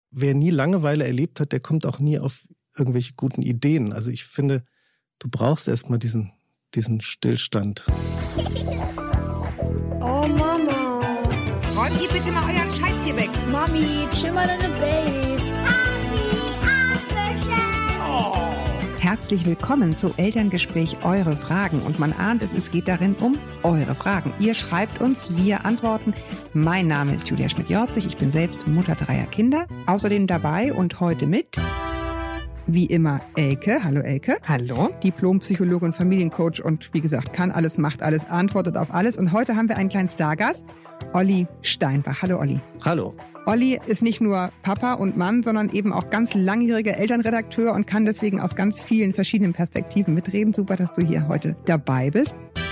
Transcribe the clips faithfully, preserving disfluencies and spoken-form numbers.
wer nie Langeweile erlebt hat, der kommt auch nie auf irgendwelche guten Ideen. Also ich finde, du brauchst erstmal diesen, diesen Stillstand. Oh Mama. Räumt ihr bitte mal euren Scheiß hier weg. Mami, chill mal deine Base. Herzlich willkommen zu Elterngespräch Eure Fragen. Und man ahnt es, es geht darin um eure Fragen. Ihr schreibt uns, wir antworten. Mein Name ist Julia Schmidt-Jorzig, ich bin selbst Mutter dreier Kinder. Außerdem dabei und heute mit, wie immer, Elke. Hallo Elke. Hallo. Diplompsychologe und Familiencoach und wie gesagt, kann alles, macht alles, antwortet auf alles. Und heute haben wir einen kleinen Stargast, Olli Steinbach. Hallo Olli. Hallo. Olli ist nicht nur Papa und Mann, sondern eben auch ganz langjähriger Elternredakteur und kann deswegen aus ganz vielen verschiedenen Perspektiven mitreden. Super, dass du hier heute dabei bist.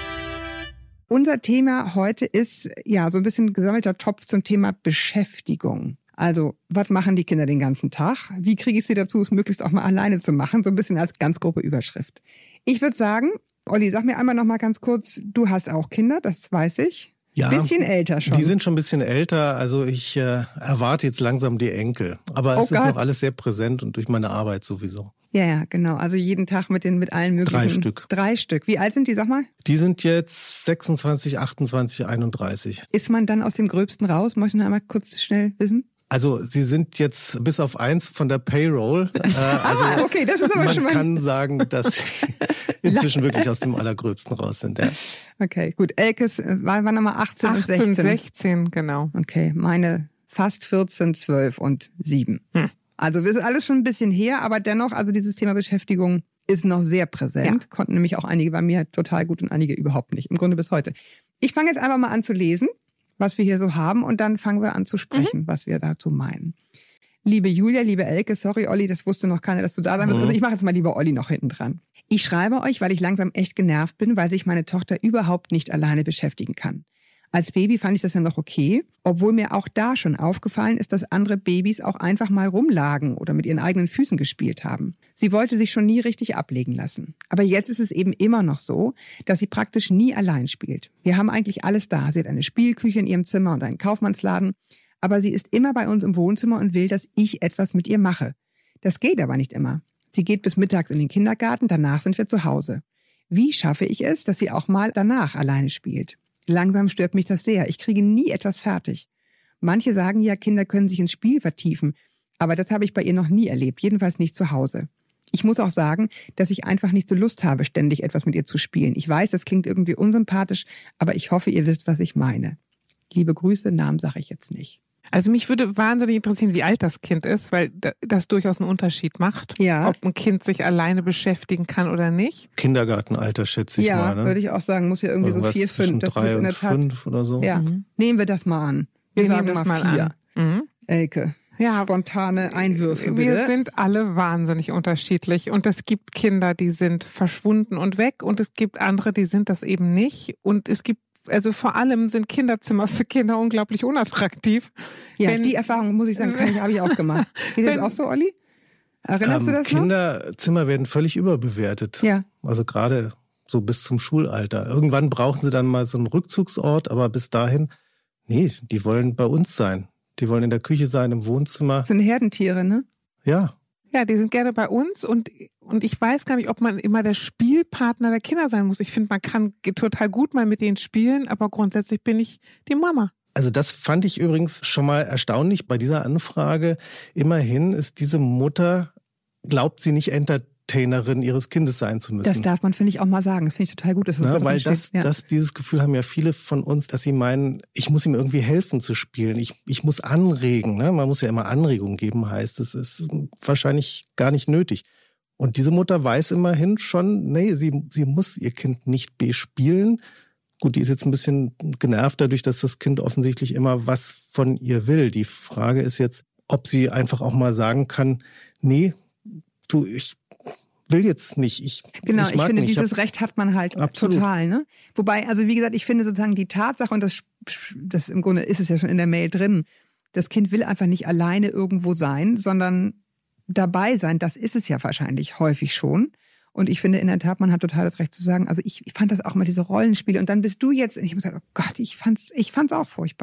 Unser Thema heute ist ja so ein bisschen gesammelter Topf zum Thema Beschäftigung. Also, was machen die Kinder den ganzen Tag? Wie kriege ich sie dazu, es möglichst auch mal alleine zu machen? So ein bisschen als ganz grobe Überschrift. Ich würde sagen, Olli, sag mir einmal noch mal ganz kurz, du hast auch Kinder, das weiß ich. Ja, bisschen älter schon. Die sind schon ein bisschen älter. Also ich äh, erwarte jetzt langsam die Enkel. Aber es Oh ist Gott. noch alles sehr präsent und durch meine Arbeit sowieso. Ja, ja, genau. Also jeden Tag mit den mit allen möglichen. Drei Stück. Drei Stück. Wie alt sind die, sag mal? Die sind jetzt sechsundzwanzig, achtundzwanzig, einunddreißig. Ist man dann aus dem Gröbsten raus? Möchte ich noch einmal kurz schnell wissen? Also sie sind jetzt bis auf eins von der Payroll. Äh, also ah, okay, das ist aber man schon mal... kann sagen, dass sie inzwischen wirklich aus dem Allergröbsten raus sind. Ja. Okay, gut. Elkes war, war nochmal achtzehn, achtzehn, und sechzehn. sechzehn, genau. Okay, meine fast vierzehn, zwölf und sieben. Hm. Also wir sind alles schon ein bisschen her, aber dennoch, also dieses Thema Beschäftigung ist noch sehr präsent. Ja. Konnten nämlich auch einige bei mir total gut und einige überhaupt nicht. Im Grunde bis heute. Ich fange jetzt einfach mal an zu lesen, was wir hier so haben, und dann fangen wir an zu sprechen, mhm. was wir dazu meinen. Liebe Julia, liebe Elke, sorry Olli, das wusste noch keiner, dass du da sein wirst. Mhm. Also ich mache jetzt mal lieber Olli noch hinten dran. Ich schreibe euch, weil ich langsam echt genervt bin, weil sich meine Tochter überhaupt nicht alleine beschäftigen kann. Als Baby fand ich das ja noch okay, obwohl mir auch da schon aufgefallen ist, dass andere Babys auch einfach mal rumlagen oder mit ihren eigenen Füßen gespielt haben. Sie wollte sich schon nie richtig ablegen lassen. Aber jetzt ist es eben immer noch so, dass sie praktisch nie allein spielt. Wir haben eigentlich alles da. Sie hat eine Spielküche in ihrem Zimmer und einen Kaufmannsladen. Aber sie ist immer bei uns im Wohnzimmer und will, dass ich etwas mit ihr mache. Das geht aber nicht immer. Sie geht bis mittags in den Kindergarten, danach sind wir zu Hause. Wie schaffe ich es, dass sie auch mal danach alleine spielt? Langsam stört mich das sehr. Ich kriege nie etwas fertig. Manche sagen ja, Kinder können sich ins Spiel vertiefen. Aber das habe ich bei ihr noch nie erlebt. Jedenfalls nicht zu Hause. Ich muss auch sagen, dass ich einfach nicht so Lust habe, ständig etwas mit ihr zu spielen. Ich weiß, das klingt irgendwie unsympathisch, aber ich hoffe, ihr wisst, was ich meine. Liebe Grüße, Namen sage ich jetzt nicht. Also mich würde wahnsinnig interessieren, wie alt das Kind ist, weil das durchaus einen Unterschied macht, ja. Ob ein Kind sich alleine beschäftigen kann oder nicht. Kindergartenalter schätze ich ja, mal. Ja, ne? Würde ich auch sagen, muss ja irgendwie Irgendwas so vier, fünf. Das drei ist in der Tat, fünf oder so. Ja, mhm. Nehmen wir das mal an. Wir, wir sagen nehmen mal, mal vier. An. Mhm. Elke, ja. Spontane Einwürfe bitte. Wir sind alle wahnsinnig unterschiedlich und es gibt Kinder, die sind verschwunden und weg und es gibt andere, die sind das eben nicht und es gibt Also vor allem sind Kinderzimmer für Kinder unglaublich unattraktiv. Ja, Wenn, die Erfahrung, muss ich sagen, habe ich auch gemacht. Geht das auch so, Olli? Erinnerst ähm, du das Kinderzimmer noch? Werden völlig überbewertet. Ja. Also gerade so bis zum Schulalter. Irgendwann brauchen sie dann mal so einen Rückzugsort, aber bis dahin, nee, die wollen bei uns sein. Die wollen in der Küche sein, im Wohnzimmer. Das sind Herdentiere, ne? Ja. Ja, die sind gerne bei uns und, und ich weiß gar nicht, ob man immer der Spielpartner der Kinder sein muss. Ich finde, man kann total gut mal mit denen spielen, aber grundsätzlich bin ich die Mama. Also das fand ich übrigens schon mal erstaunlich bei dieser Anfrage. Immerhin ist diese Mutter, glaubt sie nicht Entertainerin ihres Kindes sein zu müssen. Das darf man, finde ich, auch mal sagen. Das finde ich total gut, dass das Na, so weil steht. das, ja. das, dieses Gefühl haben ja viele von uns, dass sie meinen, ich muss ihm irgendwie helfen zu spielen. Ich, ich muss anregen. Ne? Man muss ja immer Anregung geben, heißt es. Ist wahrscheinlich gar nicht nötig. Und diese Mutter weiß immerhin schon, nee, sie, sie muss ihr Kind nicht bespielen. Gut, die ist jetzt ein bisschen genervt dadurch, dass das Kind offensichtlich immer was von ihr will. Die Frage ist jetzt, ob sie einfach auch mal sagen kann, nee, du, ich will jetzt nicht. Ich, genau, ich, ich finde, nicht. dieses ich hab, Recht hat man halt absolut. Total. Ne? Wobei, also wie gesagt, ich finde sozusagen die Tatsache, und das, das im Grunde ist es ja schon in der Mail drin, das Kind will einfach nicht alleine irgendwo sein, sondern dabei sein. Das ist es ja wahrscheinlich häufig schon. Und ich finde in der Tat, man hat total das Recht zu sagen, also ich, ich fand das auch mal diese Rollenspiele. Und dann bist du jetzt, und ich muss sagen, oh Gott, ich fand's, ich fand's auch furchtbar.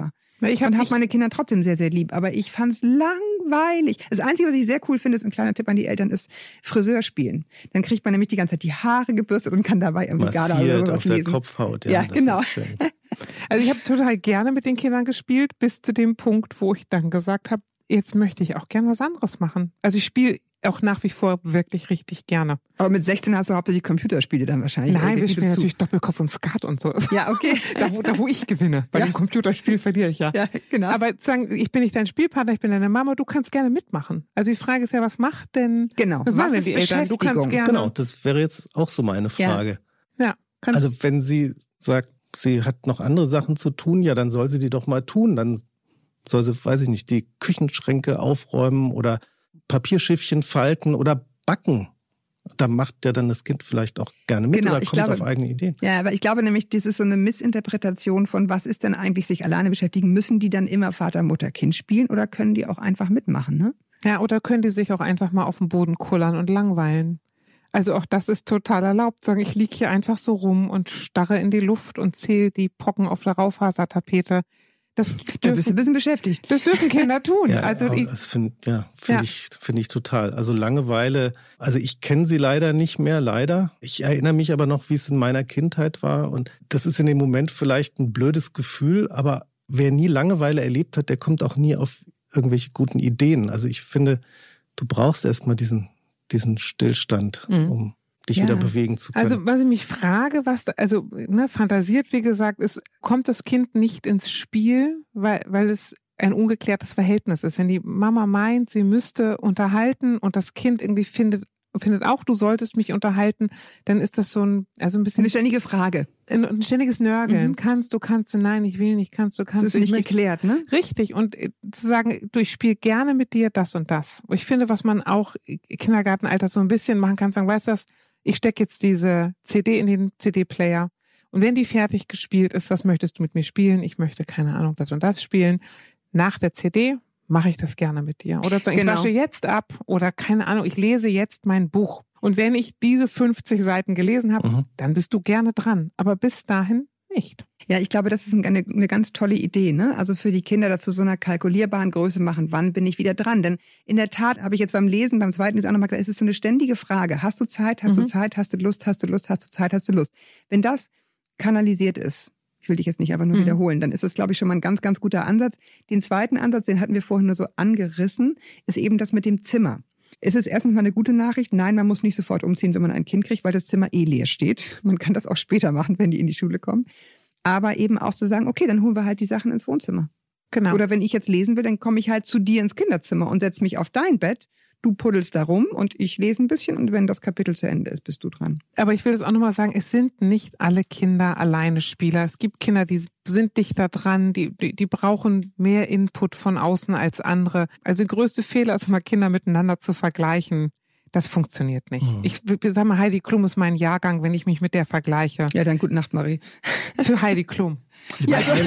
Ich hab und habe nicht- meine Kinder trotzdem sehr, sehr lieb. Aber ich fand's langweilig. Das Einzige, was ich sehr cool finde, ist ein kleiner Tipp an die Eltern, ist Friseur spielen. Dann kriegt man nämlich die ganze Zeit die Haare gebürstet und kann dabei irgendwie Garda oder Massiert sowas auf der lesen. Kopfhaut. Ja, Ja, das genau. Ist schön. Also ich habe total gerne mit den Kindern gespielt, bis zu dem Punkt, wo ich dann gesagt habe, jetzt möchte ich auch gern was anderes machen. Also ich spiele auch nach wie vor wirklich richtig gerne. Aber mit sechzehn hast du hauptsächlich Computerspiele dann wahrscheinlich. Nein, Oder wir wie spielen dazu? natürlich Doppelkopf und Skat und so. Ja, okay. Da wo, da, wo ich gewinne. Bei Ja. dem Computerspiel verliere ich ja. Ja, genau. Aber sagen, ich bin nicht dein Spielpartner, ich bin deine Mama, du kannst gerne mitmachen. Also die Frage ist ja, was macht denn, Genau. was machen Was denn die ist Eltern? Du kannst Beschäftigung? gerne. Genau, das wäre jetzt auch so meine Frage. Ja, kannst, Also wenn sie sagt, sie hat noch andere Sachen zu tun, ja, dann soll sie die doch mal tun. Dann soll sie, weiß ich nicht, die Küchenschränke aufräumen oder Papierschiffchen falten oder backen. Da macht ja dann das Kind vielleicht auch gerne mit Genau, oder ich kommt glaube- auf eigene Ideen. Ja, aber ich glaube nämlich, das ist so eine Missinterpretation von, was ist denn eigentlich sich alleine beschäftigen? Müssen die dann immer Vater, Mutter, Kind spielen oder können die auch einfach mitmachen, ne? ja, oder können die sich auch einfach mal auf den Boden kullern und langweilen? Also auch das ist total erlaubt. Sagen, ich liege hier einfach so rum und starre in die Luft und zähle die Pocken auf der Raufasertapete. Das Da bist du ein dürfen, bisschen beschäftigt. das dürfen Kinder tun. Ja, also aber ich, das finde ja, find Ja. ich, find ich total. Also Langeweile, also ich kenne sie leider nicht mehr, leider. Ich erinnere mich aber noch, wie es in meiner Kindheit war. Und das ist in dem Moment vielleicht ein blödes Gefühl, aber wer nie Langeweile erlebt hat, der kommt auch nie auf irgendwelche guten Ideen. Also ich finde, du brauchst erstmal diesen, diesen Stillstand, Mhm. um dich Ja. wieder bewegen zu können. Also was ich mich frage, was da, also ne, fantasiert, wie gesagt, ist, kommt das Kind nicht ins Spiel, weil, weil es ein ungeklärtes Verhältnis ist. Wenn die Mama meint, sie müsste unterhalten und das Kind irgendwie findet, findet auch, du solltest mich unterhalten, dann ist das so ein, also ein bisschen Eine ständige Frage. ein, ein ständiges Nörgeln. Mhm. Kannst du, kannst du, nein, ich will nicht, kannst du, Das kannst ist du. ich nicht möchte- geklärt, ne? Richtig, und äh, zu sagen, du, ich spiele gerne mit dir das und das. Und ich finde, was man auch im Kindergartenalter so ein bisschen machen kann, sagen, weißt du was, ich stecke jetzt diese C D in den C D-Player und wenn die fertig gespielt ist, was möchtest du mit mir spielen? Ich möchte, keine Ahnung, das und das spielen. Nach der C D mache ich das gerne mit dir. Oder sagen, Genau. ich wasche jetzt ab oder keine Ahnung, ich lese jetzt mein Buch. Und wenn ich diese fünfzig Seiten gelesen habe, Mhm. dann bist du gerne dran. Aber bis dahin nicht. Ja, ich glaube, das ist eine, eine ganz tolle Idee, ne? Also für die Kinder dazu so einer kalkulierbaren Größe machen, wann bin ich wieder dran? Denn in der Tat habe ich jetzt beim Lesen, beim zweiten Lesen auch nochmal gesagt, es ist so eine ständige Frage. Hast du Zeit? Hast Mhm. du Zeit? Hast du Lust? Hast du Lust? Hast du Zeit? Hast du Lust? Wenn das kanalisiert ist, ich will dich jetzt nicht aber nur Mhm. wiederholen, dann ist das, glaube ich, schon mal ein ganz, ganz guter Ansatz. Den zweiten Ansatz, den hatten wir vorhin nur so angerissen, ist eben das mit dem Zimmer. Es ist erstens mal eine gute Nachricht. Nein, man muss nicht sofort umziehen, wenn man ein Kind kriegt, weil das Zimmer eh leer steht. Man kann das auch später machen, wenn die in die Schule kommen. Aber eben auch zu sagen, okay, dann holen wir halt die Sachen ins Wohnzimmer. Genau. Oder wenn ich jetzt lesen will, dann komme ich halt zu dir ins Kinderzimmer und setze mich auf dein Bett. Du puddelst da rum und ich lese ein bisschen und wenn das Kapitel zu Ende ist, bist du dran. Aber ich will das auch nochmal sagen, es sind nicht alle Kinder alleine Spieler. Es gibt Kinder, die sind dichter dran, die, die, die brauchen mehr Input von außen als andere. Also der größte Fehler ist immer, Kinder miteinander zu vergleichen. Das funktioniert nicht. Mhm. Ich, ich sag mal, Heidi Klum ist mein Jahrgang, wenn ich mich mit der vergleiche. Ja, dann gute Nacht, Marie. Für Heidi Klum. Ich meine, eine,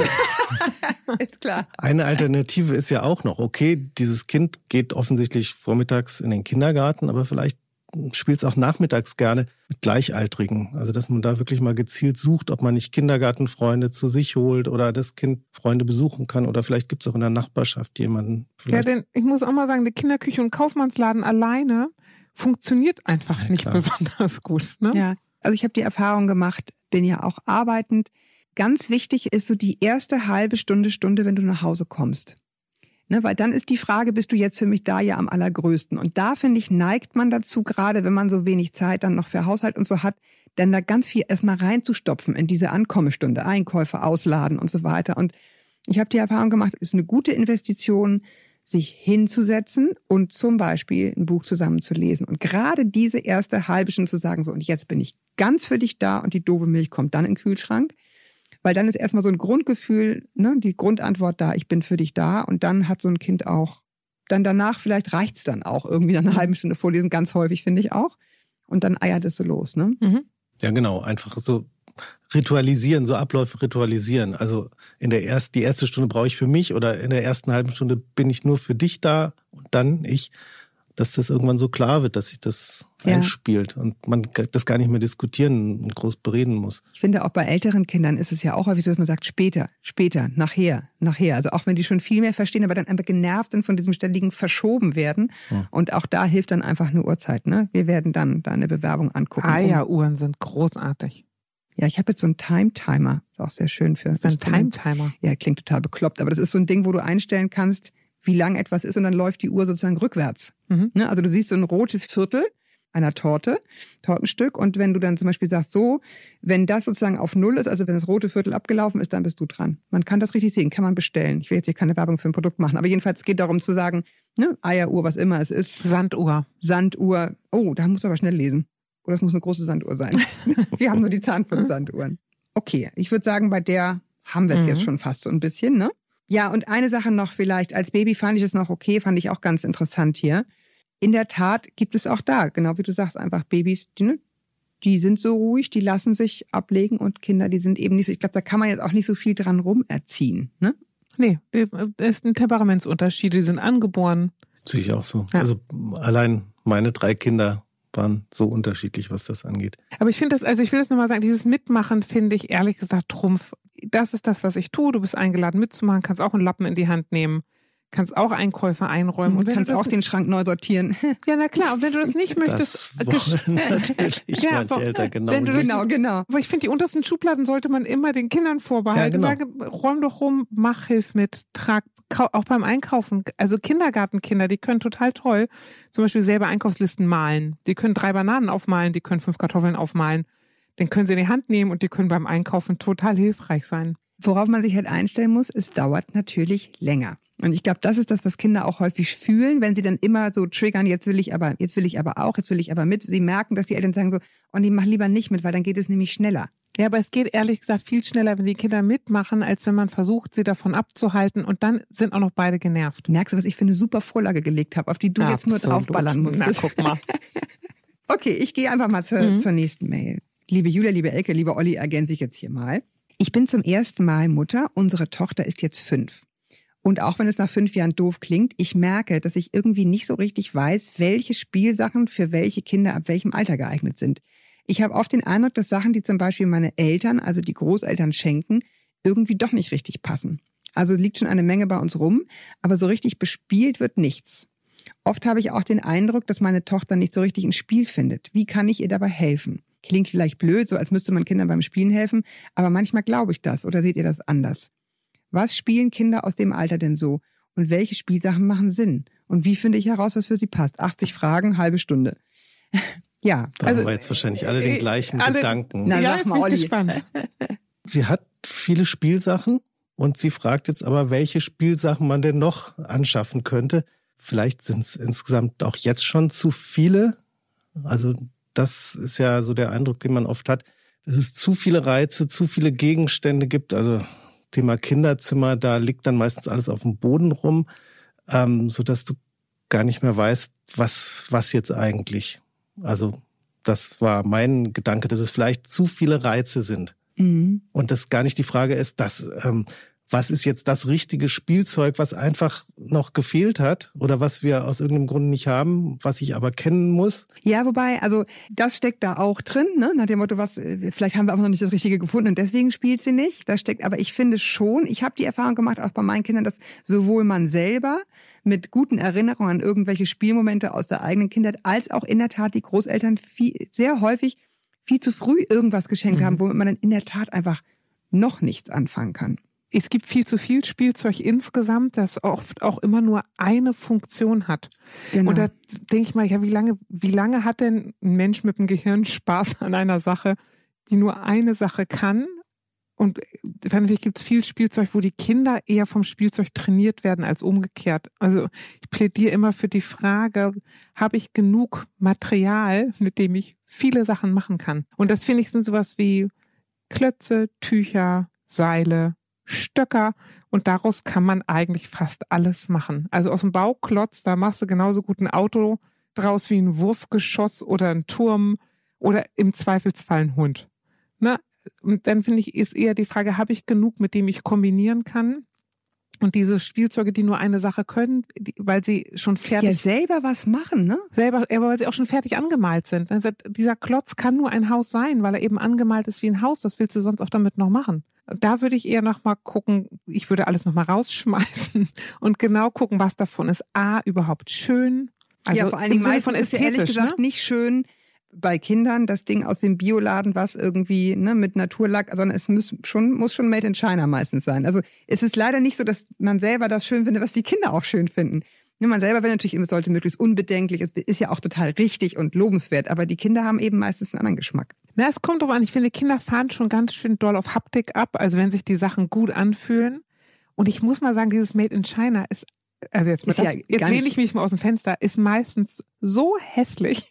Ist klar. eine Alternative ist ja auch noch, okay, dieses Kind geht offensichtlich vormittags in den Kindergarten, aber vielleicht spielt es auch nachmittags gerne mit Gleichaltrigen. Also dass man da wirklich mal gezielt sucht, ob man nicht Kindergartenfreunde zu sich holt oder das Kind Freunde besuchen kann. Oder vielleicht gibt es auch in der Nachbarschaft jemanden. Ja, Vielleicht. denn ich muss auch mal sagen, die Kinderküche und Kaufmannsladen alleine funktioniert einfach Ja, nicht klar. besonders gut. Ne? Ja, also ich habe die Erfahrung gemacht, bin ja auch arbeitend. Ganz wichtig ist so die erste halbe Stunde, Stunde, wenn du nach Hause kommst. Ne, weil dann ist die Frage, bist du jetzt für mich da ja am allergrößten? Und da, finde ich, neigt man dazu, gerade wenn man so wenig Zeit dann noch für Haushalt und so hat, dann da ganz viel erstmal reinzustopfen in diese Ankommestunde, Einkäufe ausladen und so weiter. Und ich habe die Erfahrung gemacht, es ist eine gute Investition, sich hinzusetzen und zum Beispiel ein Buch zusammenzulesen. Und gerade diese erste halbe Stunde zu sagen, so, und jetzt bin ich ganz für dich da und die doofe Milch kommt dann in den Kühlschrank. Weil dann ist erstmal so ein Grundgefühl, ne, die Grundantwort da, ich bin für dich da. Und dann hat so ein Kind auch, dann danach vielleicht reicht's dann auch irgendwie nach einer halben Stunde vorlesen, ganz häufig, finde ich auch. Und dann eiert es so los, ne? Mhm. Ja, genau. Einfach so ritualisieren, so Abläufe ritualisieren. Also in der ersten, die erste Stunde brauche ich für mich oder in der ersten halben Stunde bin ich nur für dich da und dann ich. dass das irgendwann so klar wird, dass sich das Ja. einspielt und man das gar nicht mehr diskutieren und groß bereden muss. Ich finde, auch bei älteren Kindern ist es ja auch häufig so, dass man sagt, später, später, nachher, nachher. Also auch wenn die schon viel mehr verstehen, aber dann einfach genervt sind von diesem ständigen Verschoben werden. Hm. Und auch da hilft dann einfach eine Uhrzeit. Ne? Wir werden dann da eine Bewerbung angucken. Eieruhren sind großartig. Ja, ich habe jetzt so einen Time-Timer. Ist auch sehr schön für Das ist ein Instrument. Time-Timer. Ja, klingt total bekloppt. Aber das ist so ein Ding, wo du einstellen kannst, wie lang etwas ist und dann läuft die Uhr sozusagen rückwärts. Mhm. Ne? Also du siehst so ein rotes Viertel einer Torte, Tortenstück. Und wenn du dann zum Beispiel sagst, so, wenn das sozusagen auf Null ist, also wenn das rote Viertel abgelaufen ist, dann bist du dran. Man kann das richtig sehen, kann man bestellen. Ich will jetzt hier keine Werbung für ein Produkt machen, aber jedenfalls geht darum zu sagen, ne, Eieruhr, was immer es ist. Sanduhr. Sanduhr. Oh, da musst du aber schnell lesen. Oder es muss eine große Sanduhr sein. Wir haben nur die Zahnputz-Sanduhren. Okay, ich würde sagen, bei der haben wir es Mhm. jetzt schon fast so ein bisschen, ne? Ja, und eine Sache noch vielleicht. Als Baby fand ich es noch okay, fand ich auch ganz interessant hier. In der Tat gibt es auch da, genau wie du sagst, einfach Babys, die, ne, die sind so ruhig, die lassen sich ablegen und Kinder, die sind eben nicht so, ich glaube, da kann man jetzt auch nicht so viel dran rumerziehen, ne? Nee, das ist ein Temperamentsunterschied. Die sind angeboren. Sehe ich auch so. Ja. Also allein meine drei Kinder waren so unterschiedlich, was das angeht. Aber ich finde das, also ich will das nochmal sagen, dieses Mitmachen finde ich ehrlich gesagt Trumpf. Das ist das, was ich tue. Du bist eingeladen mitzumachen, kannst auch einen Lappen in die Hand nehmen, kannst auch Einkäufe einräumen. Und Und wenn kannst du das, auch den Schrank neu sortieren. ja, na klar, und wenn du das nicht Das möchtest, wollen natürlich Ja, manche aber Eltern genau. wenn du das- nicht. Genau, genau. aber ich finde, die untersten Schubladen sollte man immer den Kindern vorbehalten. Ja, genau. Sage, räum doch rum, mach, hilf mit, trag, kau- auch beim Einkaufen. Also Kindergartenkinder, die können total toll zum Beispiel selber Einkaufslisten malen. Die können drei Bananen aufmalen, die können fünf Kartoffeln aufmalen. Den können sie in die Hand nehmen und die können beim Einkaufen total hilfreich sein. Worauf man sich halt einstellen muss, es dauert natürlich länger. Und ich glaube, das ist das, was Kinder auch häufig fühlen, wenn sie dann immer so triggern, jetzt will ich aber, jetzt will ich aber auch, jetzt will ich aber mit. Sie merken, dass die Eltern sagen so, oh nee, mach lieber nicht mit, weil dann geht es nämlich schneller. Ja, aber es geht ehrlich gesagt viel schneller, wenn die Kinder mitmachen, als wenn man versucht, sie davon abzuhalten. Und dann sind auch noch beide genervt. Merkst du, was ich für eine super Vorlage gelegt habe, auf die du jetzt nur Absolut. draufballern musst? Na, guck mal. Okay, ich gehe einfach mal zur, Mhm. zur nächsten Mail. Liebe Julia, liebe Elke, lieber Olli, ergänze ich jetzt hier mal. Ich bin zum ersten Mal Mutter. Unsere Tochter ist jetzt fünf. Und auch wenn es nach fünf Jahren doof klingt, ich merke, dass ich irgendwie nicht so richtig weiß, welche Spielsachen für welche Kinder ab welchem Alter geeignet sind. Ich habe oft den Eindruck, dass Sachen, die zum Beispiel meine Eltern, also die Großeltern schenken, irgendwie doch nicht richtig passen. Also liegt schon eine Menge bei uns rum, aber so richtig bespielt wird nichts. Oft habe ich auch den Eindruck, dass meine Tochter nicht so richtig ein Spiel findet. Wie kann ich ihr dabei helfen? Klingt vielleicht blöd, so als müsste man Kindern beim Spielen helfen, aber manchmal glaube ich das. Oder seht ihr das anders? Was spielen Kinder aus dem Alter denn so? Und welche Spielsachen machen Sinn? Und wie finde ich heraus, was für sie passt? achtzig Fragen, halbe Stunde. Ja. Da Also, haben wir jetzt wahrscheinlich alle den äh, gleichen alle- Gedanken. Na, ja, sag jetzt mal, bin ich Olli. gespannt. Sie hat viele Spielsachen und sie fragt jetzt aber, welche Spielsachen man denn noch anschaffen könnte. Vielleicht sind es insgesamt auch jetzt schon zu viele. Also das ist ja so der Eindruck, den man oft hat, dass es zu viele Reize, zu viele Gegenstände gibt. Also Thema Kinderzimmer, da liegt dann meistens alles auf dem Boden rum, ähm, sodass du gar nicht mehr weißt, was, was jetzt eigentlich. Also das war mein Gedanke, dass es vielleicht zu viele Reize sind. Mhm. Und das gar nicht die Frage ist, dass, ähm, was ist jetzt das richtige Spielzeug, was einfach noch gefehlt hat oder was wir aus irgendeinem Grund nicht haben, was ich aber kennen muss. Ja, wobei, also das steckt da auch drin, ne? Nach dem Motto, was, äh, vielleicht haben wir aber noch nicht das Richtige gefunden und deswegen spielt sie nicht. Das steckt, aber ich finde schon, ich habe die Erfahrung gemacht, auch bei meinen Kindern, dass sowohl man selber mit guten Erinnerungen an irgendwelche Spielmomente aus der eigenen Kindheit, als auch in der Tat die Großeltern viel, sehr häufig viel zu früh irgendwas geschenkt Mhm. haben, womit man dann in der Tat einfach noch nichts anfangen kann. Es gibt viel zu viel Spielzeug insgesamt, das oft auch immer nur eine Funktion hat. Genau. Und da denke ich mal, ja, wie lange, wie lange hat denn ein Mensch mit dem Gehirn Spaß an einer Sache, die nur eine Sache kann? Und natürlich gibt es viel Spielzeug, wo die Kinder eher vom Spielzeug trainiert werden als umgekehrt. Also ich plädiere immer für die Frage, habe ich genug Material, mit dem ich viele Sachen machen kann? Und das finde ich sind sowas wie Klötze, Tücher, Seile, Stöcker und daraus kann man eigentlich fast alles machen. Also aus dem Bauklotz, da machst du genauso gut ein Auto draus wie ein Wurfgeschoss oder ein Turm oder im Zweifelsfall ein Hund. Na, und dann finde ich, ist eher die Frage, habe ich genug, mit dem ich kombinieren kann? Und diese Spielzeuge, die nur eine Sache können, die, weil sie schon fertig... Ja, selber was machen, ne? Selber, aber weil sie auch schon fertig angemalt sind. Also dieser Klotz kann nur ein Haus sein, weil er eben angemalt ist wie ein Haus. Was willst du sonst auch damit noch machen? Da würde ich eher noch mal gucken, ich würde alles noch mal rausschmeißen und genau gucken, was davon ist A, überhaupt schön. Also ja, vor allen Dingen Sinne meistens von ist ja ehrlich ästhetisch, gesagt ne? nicht schön bei Kindern, das Ding aus dem Bioladen, was irgendwie ne, mit Naturlack, sondern es muss schon, muss schon made in China meistens sein. Also es ist leider nicht so, dass man selber das schön findet, was die Kinder auch schön finden. Ne, man selber will natürlich, es sollte möglichst unbedenklich, es ist ja auch total richtig und lobenswert, aber die Kinder haben eben meistens einen anderen Geschmack. Na, es kommt drauf an, ich finde, Kinder fahren schon ganz schön doll auf Haptik ab, also wenn sich die Sachen gut anfühlen. Und ich muss mal sagen, dieses Made in China ist, also jetzt, mal Ist das, ja jetzt gar lehne nicht- ich mich mal aus dem Fenster, ist meistens so hässlich.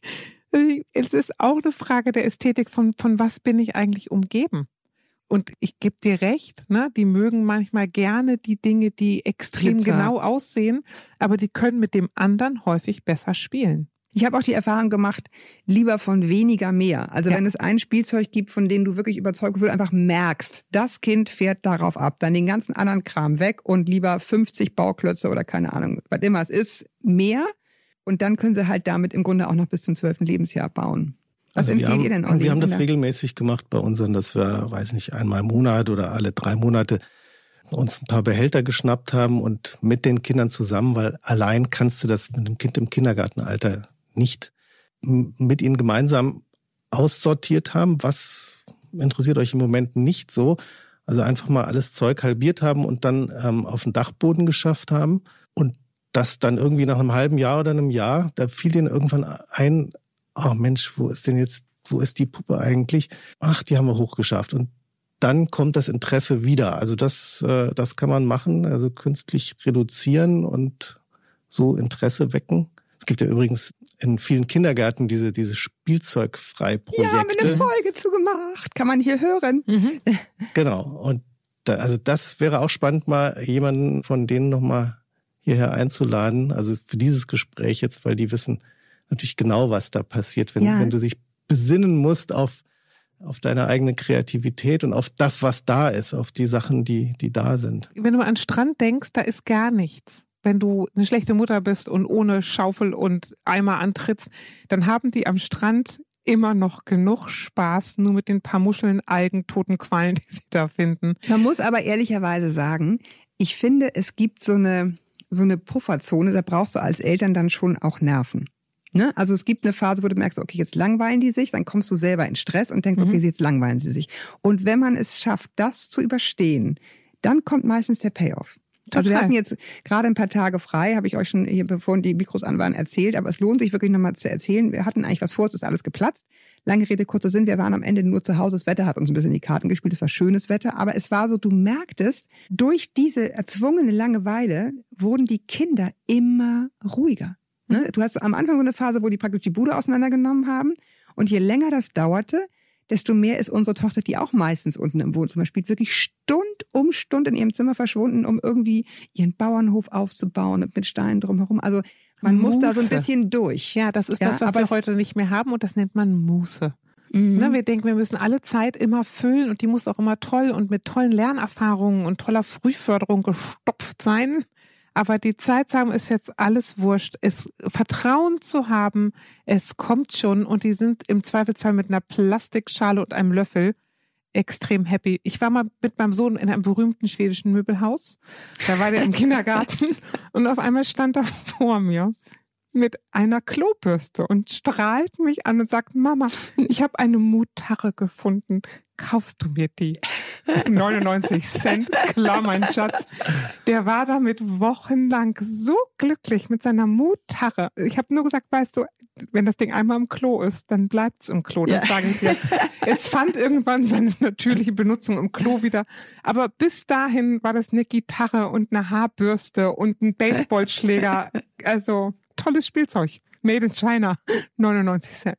Es ist auch eine Frage der Ästhetik, von, von was bin ich eigentlich umgeben? Und ich gebe dir recht, ne? Die mögen manchmal gerne die Dinge, die extrem Glitzer. genau aussehen, aber die können mit dem anderen häufig besser spielen. Ich habe auch die Erfahrung gemacht, lieber von weniger mehr. Also Ja. wenn es ein Spielzeug gibt, von dem du wirklich überzeugt bist, wo du einfach merkst, das Kind fährt darauf ab, dann den ganzen anderen Kram weg und lieber fünfzig Bauklötze oder keine Ahnung, was immer es ist, mehr. Und dann können sie halt damit im Grunde auch noch bis zum zwölften Lebensjahr bauen. Was Also wir empfehlt haben, ihr denn, Olli? wir haben das Kinder? regelmäßig gemacht bei unseren, dass wir, weiß nicht, einmal im Monat oder alle drei Monate uns ein paar Behälter geschnappt haben und mit den Kindern zusammen, weil allein kannst du das mit dem Kind im Kindergartenalter nicht, m- mit ihnen gemeinsam aussortiert haben, was interessiert euch im Moment nicht so. Also einfach mal alles Zeug halbiert haben und dann ähm, auf den Dachboden geschafft haben und das dann irgendwie nach einem halben Jahr oder einem Jahr, da fiel denen irgendwann ein, ach Mensch, wo ist denn jetzt, wo ist die Puppe eigentlich? Ach, die haben wir hochgeschafft. Und dann kommt das Interesse wieder. Also das, äh, das kann man machen, also künstlich reduzieren und so Interesse wecken. Es gibt ja übrigens in vielen Kindergärten diese, diese Spielzeugfrei-Projekte. Ja, haben wir eine Folge zugemacht. Kann man hier hören. Mhm. Genau. Und da, also das wäre auch spannend, mal jemanden von denen nochmal hierher einzuladen. Also für dieses Gespräch jetzt, weil die wissen natürlich genau, was da passiert, wenn, Ja. wenn du dich besinnen musst auf, auf deine eigene Kreativität und auf das, was da ist, auf die Sachen, die, die da sind. Wenn du an den Strand denkst, da ist gar nichts. Wenn du eine schlechte Mutter bist und ohne Schaufel und Eimer antrittst, dann haben die am Strand immer noch genug Spaß, nur mit den paar Muscheln, Algen, toten Quallen, die sie da finden. Man muss aber ehrlicherweise sagen, ich finde, es gibt so eine, so eine Pufferzone, da brauchst du als Eltern dann schon auch Nerven. Ne? Also es gibt eine Phase, wo du merkst, okay, jetzt langweilen die sich, dann kommst du selber in Stress und denkst, Mhm. okay, jetzt langweilen sie sich. Und wenn man es schafft, das zu überstehen, dann kommt meistens der Payoff. Also wir Total. hatten jetzt gerade ein paar Tage frei, habe ich euch schon hier, bevor die Mikros an waren, erzählt, aber es lohnt sich wirklich nochmal zu erzählen. Wir hatten eigentlich was vor, es ist alles geplatzt. Lange Rede, kurzer Sinn, wir waren am Ende nur zu Hause, das Wetter hat uns ein bisschen in die Karten gespielt, es war schönes Wetter, aber es war so, du merktest, durch diese erzwungene Langeweile wurden die Kinder immer ruhiger. Ne? Du hast am Anfang so eine Phase, wo die praktisch die Bude auseinandergenommen haben und je länger das dauerte, desto mehr ist unsere Tochter, die auch meistens unten im Wohnzimmer spielt, wirklich Stund um Stund in ihrem Zimmer verschwunden, um irgendwie ihren Bauernhof aufzubauen und mit Steinen drumherum. Also man muss da so ein Muße. bisschen durch. Ja, das ist Ja, das, was aber wir es- heute nicht mehr haben und das nennt man Muße. Mhm. Ne, wir denken, wir müssen alle Zeit immer füllen und die muss auch immer toll und mit tollen Lernerfahrungen und toller Frühförderung gestopft sein. Aber die Zeit zu haben, ist jetzt alles wurscht. Es Vertrauen zu haben, es kommt schon und die sind im Zweifelsfall mit einer Plastikschale und einem Löffel extrem happy. Ich war mal mit meinem Sohn in einem berühmten schwedischen Möbelhaus. Da war der im Kindergarten und auf einmal stand er vor mir mit einer Klobürste und strahlt mich an und sagt, Mama, ich habe eine Mutarre gefunden. Kaufst du mir die? neunundneunzig Cent, klar, mein Schatz. Der war damit wochenlang so glücklich mit seiner Mutarre. Ich habe nur gesagt, weißt du, wenn das Ding einmal im Klo ist, dann bleibt's im Klo, das Ja. sage ich dir. Es fand irgendwann seine natürliche Benutzung im Klo wieder. Aber bis dahin war das eine Gitarre und eine Haarbürste und ein Baseballschläger. Also tolles Spielzeug. Made in China, neunundneunzig Cent.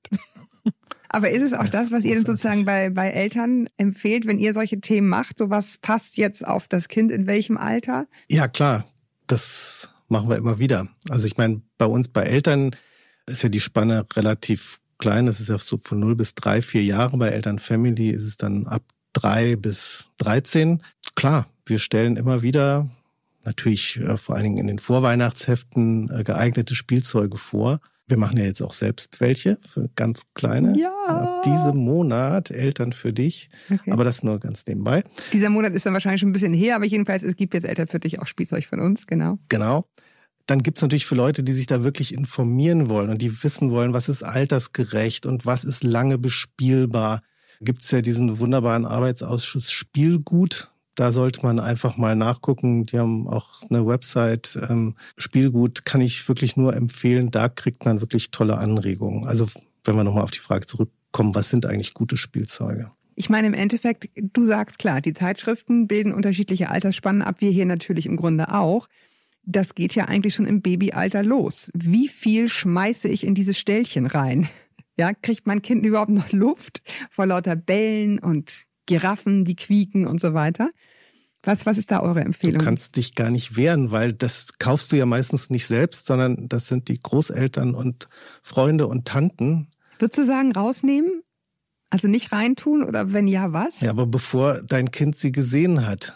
Aber ist es auch das, was ihr denn sozusagen bei, bei Eltern empfehlt, wenn ihr solche Themen macht? So was passt jetzt auf das Kind in welchem Alter? Ja, klar. Das machen wir immer wieder. Also ich meine, bei uns, bei Eltern ist ja die Spanne relativ klein. Das ist ja so von null bis drei, vier Jahre. Bei Eltern Family ist es dann ab drei bis dreizehn. Klar, wir stellen immer wieder natürlich äh, vor allen Dingen in den Vorweihnachtsheften äh, geeignete Spielzeuge vor. Wir machen ja jetzt auch selbst welche für ganz kleine. Ja. Ab diesem Monat Eltern für dich. Okay. Aber das nur ganz nebenbei. Dieser Monat ist dann wahrscheinlich schon ein bisschen her, aber jedenfalls, es gibt jetzt Eltern für dich auch Spielzeug von uns, genau. Genau. Dann gibt's natürlich für Leute, die sich da wirklich informieren wollen und die wissen wollen, was ist altersgerecht und was ist lange bespielbar. Gibt's ja diesen wunderbaren Arbeitsausschuss Spielgut. Da sollte man einfach mal nachgucken. Die haben auch eine Website. Ähm, Spielgut kann ich wirklich nur empfehlen. Da kriegt man wirklich tolle Anregungen. Also wenn wir nochmal auf die Frage zurückkommen, was sind eigentlich gute Spielzeuge? Ich meine, im Endeffekt, du sagst klar, die Zeitschriften bilden unterschiedliche Altersspannen ab, wir hier natürlich im Grunde auch. Das geht ja eigentlich schon im Babyalter los. Wie viel schmeiße ich in dieses Ställchen rein? Ja, kriegt mein Kind überhaupt noch Luft vor lauter Bällen und Giraffen, die quieken und so weiter? Was, was ist da eure Empfehlung? Du kannst dich gar nicht wehren, weil das kaufst du ja meistens nicht selbst, sondern das sind die Großeltern und Freunde und Tanten. Würdest du sagen, rausnehmen? Also nicht reintun oder wenn ja, was? Ja, aber bevor dein Kind sie gesehen hat.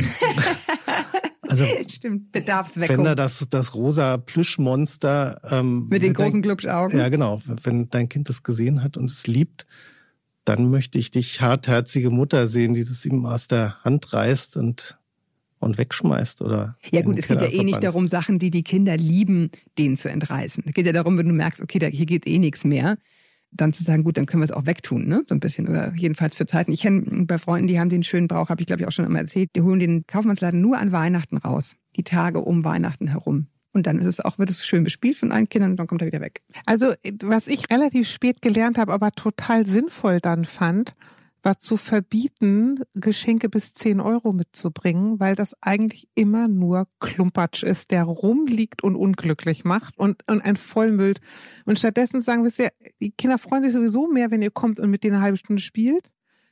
Also, stimmt, Bedarfsweckung. wenn da das, das rosa Plüschmonster ähm, mit den großen dein, Glubschaugen. Ja, genau. Wenn dein Kind das gesehen hat und es liebt, dann möchte ich dich hartherzige Mutter sehen, die das ihm aus der Hand reißt und, und wegschmeißt. Oder ja gut, es geht ja eh nicht darum, Sachen, die die Kinder lieben, denen zu entreißen. Es geht ja darum, wenn du merkst, okay, da, hier geht eh nichts mehr, dann zu sagen, gut, dann können wir es auch wegtun, ne? So ein bisschen. Oder jedenfalls für Zeiten. Ich kenne bei Freunden, die haben den schönen Brauch, habe ich glaube ich auch schon einmal erzählt, die holen den Kaufmannsladen nur an Weihnachten raus. Die Tage um Weihnachten herum. Und dann ist es auch, wird es schön bespielt von allen Kindern und dann kommt er wieder weg. Also, was ich relativ spät gelernt habe, aber total sinnvoll dann fand, war zu verbieten, Geschenke bis zehn Euro mitzubringen, weil das eigentlich immer nur Klumpatsch ist, der rumliegt und unglücklich macht und, und ein Vollmüllt. Und stattdessen sagen wir es ja, die Kinder freuen sich sowieso mehr, wenn ihr kommt und mit denen eine halbe Stunde spielt.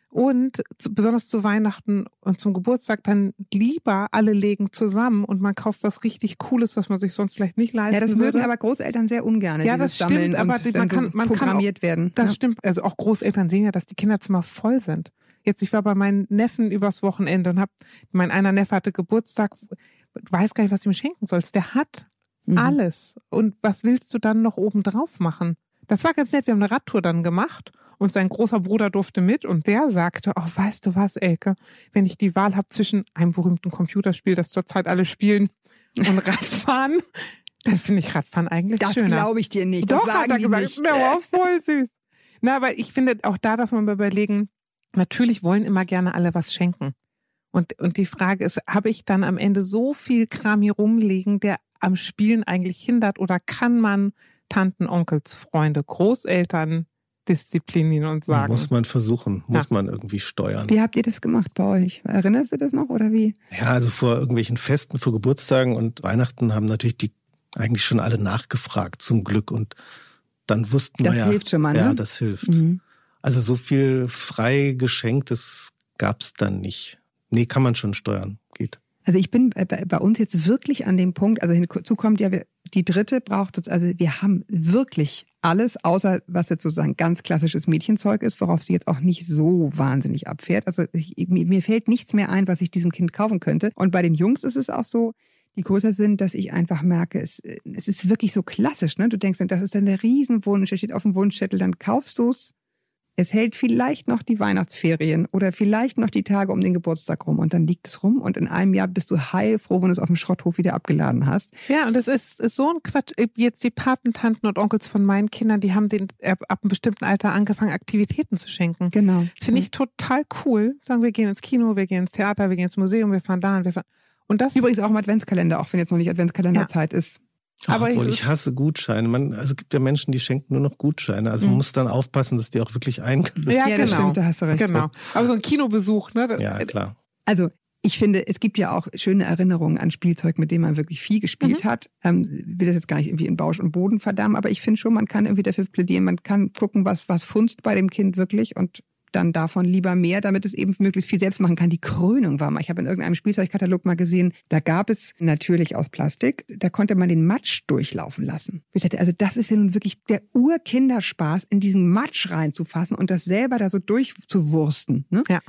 Und zu, besonders zu Weihnachten und zum Geburtstag dann lieber alle legen zusammen und man kauft was richtig Cooles, was man sich sonst vielleicht nicht leisten würde. Ja, das mögen würde. aber Großeltern sehr ungern. Ja, das stimmt, aber die, man kann, so man programmiert kann auch, werden. Das ja. stimmt. Also auch Großeltern sehen ja, dass die Kinderzimmer voll sind. Jetzt, ich war bei meinen Neffen übers Wochenende und hab, mein einer Neffe hatte Geburtstag, du weißt gar nicht, was du ihm schenken sollst. Der hat mhm. alles. Und was willst du dann noch oben drauf machen? Das war ganz nett. Wir haben eine Radtour dann gemacht. Und sein großer Bruder durfte mit und der sagte, oh, weißt du was, Elke, wenn ich die Wahl habe zwischen einem berühmten Computerspiel, das zurzeit alle spielen, und Radfahren, dann finde ich Radfahren eigentlich das schöner. Das glaube ich dir nicht. Doch, das sagen hat er die gesagt, nicht. Der war voll süß. Na, aber ich finde, auch da darf man mal überlegen, natürlich wollen immer gerne alle was schenken. Und, und die Frage ist, habe ich dann am Ende so viel Kram hier rumliegen, der am Spielen eigentlich hindert, oder kann man Tanten, Onkels, Freunde, Großeltern disziplinieren und sagen? Muss man versuchen, muss ja. man irgendwie steuern. Wie habt ihr das gemacht bei euch? Erinnerst du das noch oder wie? Ja, also vor irgendwelchen Festen, vor Geburtstagen und Weihnachten haben natürlich die eigentlich schon alle nachgefragt, zum Glück. Und dann wussten das wir ja. Das hilft schon mal, ne? Ja, das hilft. Mhm. Also so viel frei Geschenktes gab's dann nicht. Nee, kann man schon steuern, geht. Also ich bin bei uns jetzt wirklich an dem Punkt, also hinzu kommt ja, die dritte braucht uns, also wir haben wirklich alles, außer was jetzt sozusagen ganz klassisches Mädchenzeug ist, worauf sie jetzt auch nicht so wahnsinnig abfährt. Also ich, mir fällt nichts mehr ein, was ich diesem Kind kaufen könnte. Und bei den Jungs ist es auch so, die größer sind, dass ich einfach merke, es, es ist wirklich so klassisch, ne? Du denkst, das ist dann der Riesenwunsch, der steht auf dem Wunschzettel, dann kaufst du es. Es hält vielleicht noch die Weihnachtsferien oder vielleicht noch die Tage um den Geburtstag rum und dann liegt es rum und in einem Jahr bist du heilfroh, wenn du es auf dem Schrotthof wieder abgeladen hast. Ja, und das ist, ist so ein Quatsch. Jetzt die Patentanten und Onkels von meinen Kindern, die haben den ab einem bestimmten Alter angefangen, Aktivitäten zu schenken. Genau. Das finde ich total cool. Sagen, wir gehen ins Kino, wir gehen ins Theater, wir gehen ins Museum, wir fahren da und wir fahren. Und das übrigens auch im Adventskalender, auch wenn jetzt noch nicht Adventskalenderzeit ja. ist. Ach, aber obwohl ich hasse Gutscheine. Man, also es gibt ja Menschen, die schenken nur noch Gutscheine. Also man mhm. muss dann aufpassen, dass die auch wirklich eingelöst werden. Ja, ja, genau. das stimmt, da hast du recht. Genau. Aber so ein Kinobesuch, ne? Ja, klar. Also ich finde, es gibt ja auch schöne Erinnerungen an Spielzeug, mit dem man wirklich viel gespielt mhm. hat. Ähm, will das jetzt gar nicht irgendwie in Bausch und Boden verdammen, aber ich finde schon, man kann irgendwie dafür plädieren, man kann gucken, was, was funzt bei dem Kind wirklich und dann davon lieber mehr, damit es eben möglichst viel selbst machen kann. Die Krönung war mal, ich habe in irgendeinem Spielzeugkatalog mal gesehen, da gab es natürlich aus Plastik, da konnte man den Matsch durchlaufen lassen. Ich dachte, also das ist ja nun wirklich der Urkinderspaß, in diesen Matsch reinzufassen und das selber da so durchzuwursten. Ne? Ja.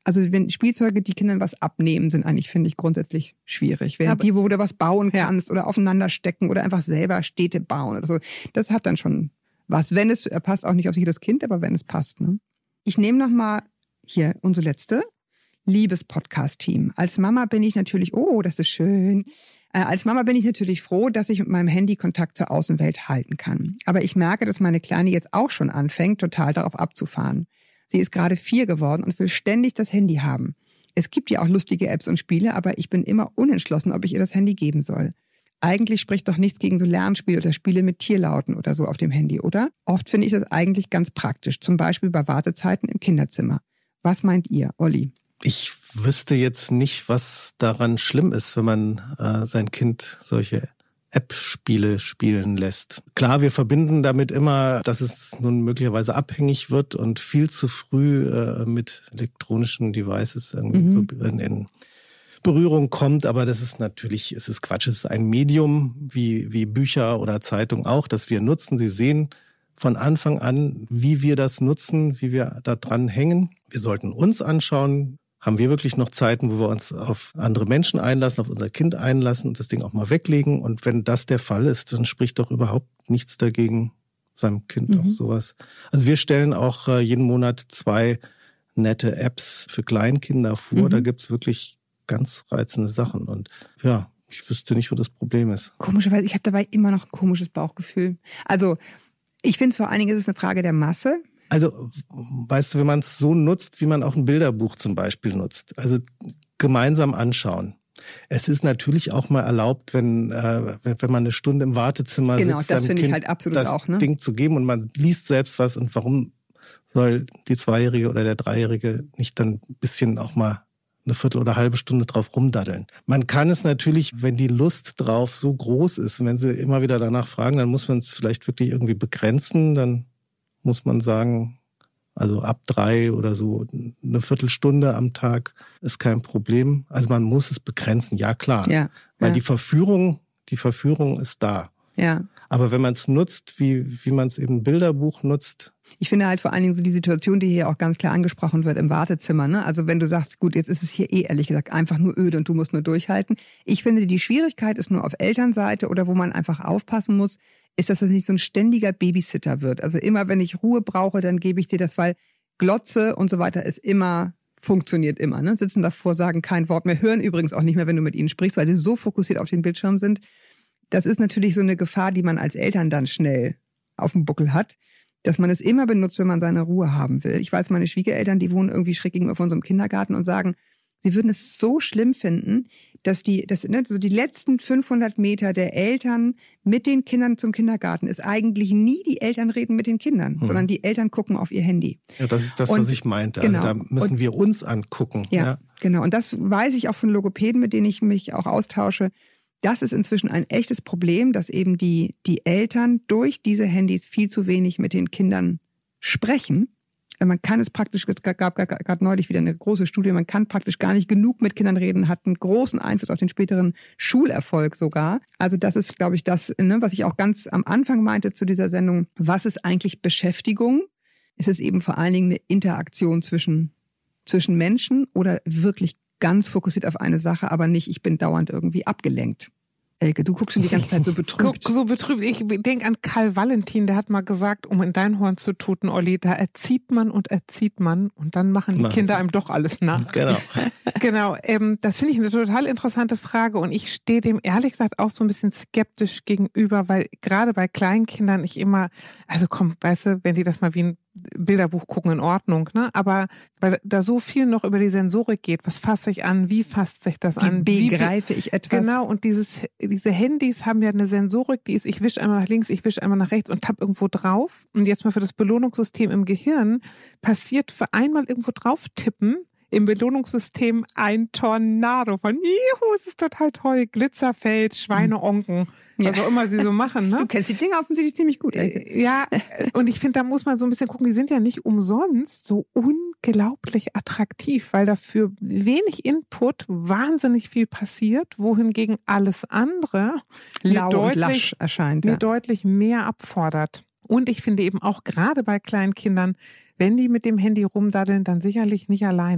Also wenn Spielzeuge, die Kindern was abnehmen, sind eigentlich, finde ich, grundsätzlich schwierig. Wenn Aber, die, wo du was bauen ja. kannst oder aufeinander stecken oder einfach selber Städte bauen oder so, das hat dann schon was. Wenn es, passt auch nicht auf jedes Kind, aber wenn es passt. Ne? Ich nehme nochmal hier unsere letzte. Liebes Podcast-Team. Als Mama bin ich natürlich, oh, das ist schön. Äh, als Mama bin ich natürlich froh, dass ich mit meinem Handy Kontakt zur Außenwelt halten kann. Aber ich merke, dass meine Kleine jetzt auch schon anfängt, total darauf abzufahren. Sie ist gerade vier geworden und will ständig das Handy haben. Es gibt ja auch lustige Apps und Spiele, aber ich bin immer unentschlossen, ob ich ihr das Handy geben soll. Eigentlich spricht doch nichts gegen so Lernspiele oder Spiele mit Tierlauten oder so auf dem Handy, oder? Oft finde ich das eigentlich ganz praktisch, zum Beispiel bei Wartezeiten im Kinderzimmer. Was meint ihr, Olli? Ich wüsste jetzt nicht, was daran schlimm ist, wenn man äh, sein Kind solche App-Spiele spielen lässt. Klar, wir verbinden damit immer, dass es nun möglicherweise abhängig wird und viel zu früh äh, mit elektronischen Devices irgendwie mhm. in Berührung kommt. Aber das ist natürlich, es ist Quatsch. Es ist ein Medium wie, wie Bücher oder Zeitung auch, das wir nutzen. Sie sehen von Anfang an, wie wir das nutzen, wie wir da dran hängen. Wir sollten uns anschauen, haben wir wirklich noch Zeiten, wo wir uns auf andere Menschen einlassen, auf unser Kind einlassen und das Ding auch mal weglegen. Und wenn das der Fall ist, dann spricht doch überhaupt nichts dagegen, seinem Kind mhm. auch sowas. Also wir stellen auch äh, jeden Monat zwei nette Apps für Kleinkinder vor. Mhm. Da gibt's wirklich ganz reizende Sachen. Und ja, ich wüsste nicht, wo das Problem ist. Komischerweise, ich habe dabei immer noch ein komisches Bauchgefühl. Also ich finde, vor allen Dingen ist es eine Frage der Masse. Also, weißt du, wenn man es so nutzt, wie man auch ein Bilderbuch zum Beispiel nutzt, also gemeinsam anschauen. Es ist natürlich auch mal erlaubt, wenn äh, wenn, wenn man eine Stunde im Wartezimmer genau, sitzt, das seinem Kind ich halt absolut das auch, ne? Ding zu geben und man liest selbst was. Und warum soll die Zweijährige oder der Dreijährige nicht dann ein bisschen auch mal eine Viertel oder halbe Stunde drauf rumdaddeln? Man kann es natürlich, wenn die Lust drauf so groß ist und wenn sie immer wieder danach fragen, dann muss man es vielleicht wirklich irgendwie begrenzen. Dann muss man sagen, also ab drei oder so eine Viertelstunde am Tag ist kein Problem. Also man muss es begrenzen, ja klar. Ja, Weil ja. die Verführung, die Verführung ist da. Ja. Aber wenn man es nutzt, wie, wie man es eben Bilderbuch nutzt. Ich finde halt vor allen Dingen so die Situation, die hier auch ganz klar angesprochen wird im Wartezimmer. Ne? Also wenn du sagst, gut, jetzt ist es hier eh ehrlich gesagt einfach nur öde und du musst nur durchhalten. Ich finde, die Schwierigkeit ist nur auf Elternseite oder wo man einfach aufpassen muss, ist, dass das nicht so ein ständiger Babysitter wird. Also immer, wenn ich Ruhe brauche, dann gebe ich dir das, weil Glotze und so weiter ist immer, funktioniert immer. Ne? Sitzen davor, sagen kein Wort mehr, hören übrigens auch nicht mehr, wenn du mit ihnen sprichst, weil sie so fokussiert auf den Bildschirm sind. Das ist natürlich so eine Gefahr, die man als Eltern dann schnell auf dem Buckel hat, dass man es immer benutzt, wenn man seine Ruhe haben will. Ich weiß, meine Schwiegereltern, die wohnen irgendwie schräg gegenüber von unserem Kindergarten und sagen, sie würden es so schlimm finden, dass die, das, ne, so die letzten fünfhundert Meter der Eltern mit den Kindern zum Kindergarten ist eigentlich nie die Eltern reden mit den Kindern, hm. sondern die Eltern gucken auf ihr Handy. Ja, das ist das, und, was ich meinte. Genau. Also da müssen und, wir uns angucken. Ja, ja, genau. Und das weiß ich auch von Logopäden, mit denen ich mich auch austausche. Das ist inzwischen ein echtes Problem, dass eben die, die Eltern durch diese Handys viel zu wenig mit den Kindern sprechen. Man kann es praktisch, es gab gerade neulich wieder eine große Studie, man kann praktisch gar nicht genug mit Kindern reden, hat einen großen Einfluss auf den späteren Schulerfolg sogar. Also das ist, glaube ich, das, ne, was ich auch ganz am Anfang meinte zu dieser Sendung. Was ist eigentlich Beschäftigung? Es ist eben vor allen Dingen eine Interaktion zwischen, zwischen Menschen oder wirklich ganz fokussiert auf eine Sache, aber nicht, ich bin dauernd irgendwie abgelenkt. Elke, du guckst schon die ganze Zeit so betrübt. So betrübt. Ich denke an Karl Valentin, der hat mal gesagt, um in dein Horn zu tuten, Olli, da erzieht man und erzieht man und dann machen die machen Kinder sie. einem doch alles nach. Genau. Genau. Ähm, das finde ich eine total interessante Frage und ich stehe dem ehrlich gesagt auch so ein bisschen skeptisch gegenüber, weil gerade bei kleinen Kindern ich immer, also komm, weißt du, wenn die das mal wie ein Bilderbuch gucken, in Ordnung, ne? Aber weil da so viel noch über die Sensorik geht, was fasse ich an, wie fasst sich das wie an? Wie begreife ich etwas? Genau, und dieses, diese Handys haben ja eine Sensorik, die ist, ich wische einmal nach links, ich wische einmal nach rechts und tapp irgendwo drauf. Und jetzt mal für das Belohnungssystem im Gehirn passiert für einmal irgendwo drauf tippen, im Belohnungssystem ein Tornado von, juhu, es ist total toll, Glitzerfeld, Schweineonken, ja. was auch immer sie so machen. Ne? Du kennst die Dinge offensichtlich ziemlich gut. Ey. Ja, und ich finde, da muss man so ein bisschen gucken, die sind ja nicht umsonst so unglaublich attraktiv, weil dafür wenig Input wahnsinnig viel passiert, wohingegen alles andere lau deutlich, und lasch erscheint. mir Ja. deutlich mehr abfordert. Und ich finde eben auch gerade bei kleinen Kindern, wenn die mit dem Handy rumdaddeln, dann sicherlich nicht alleine.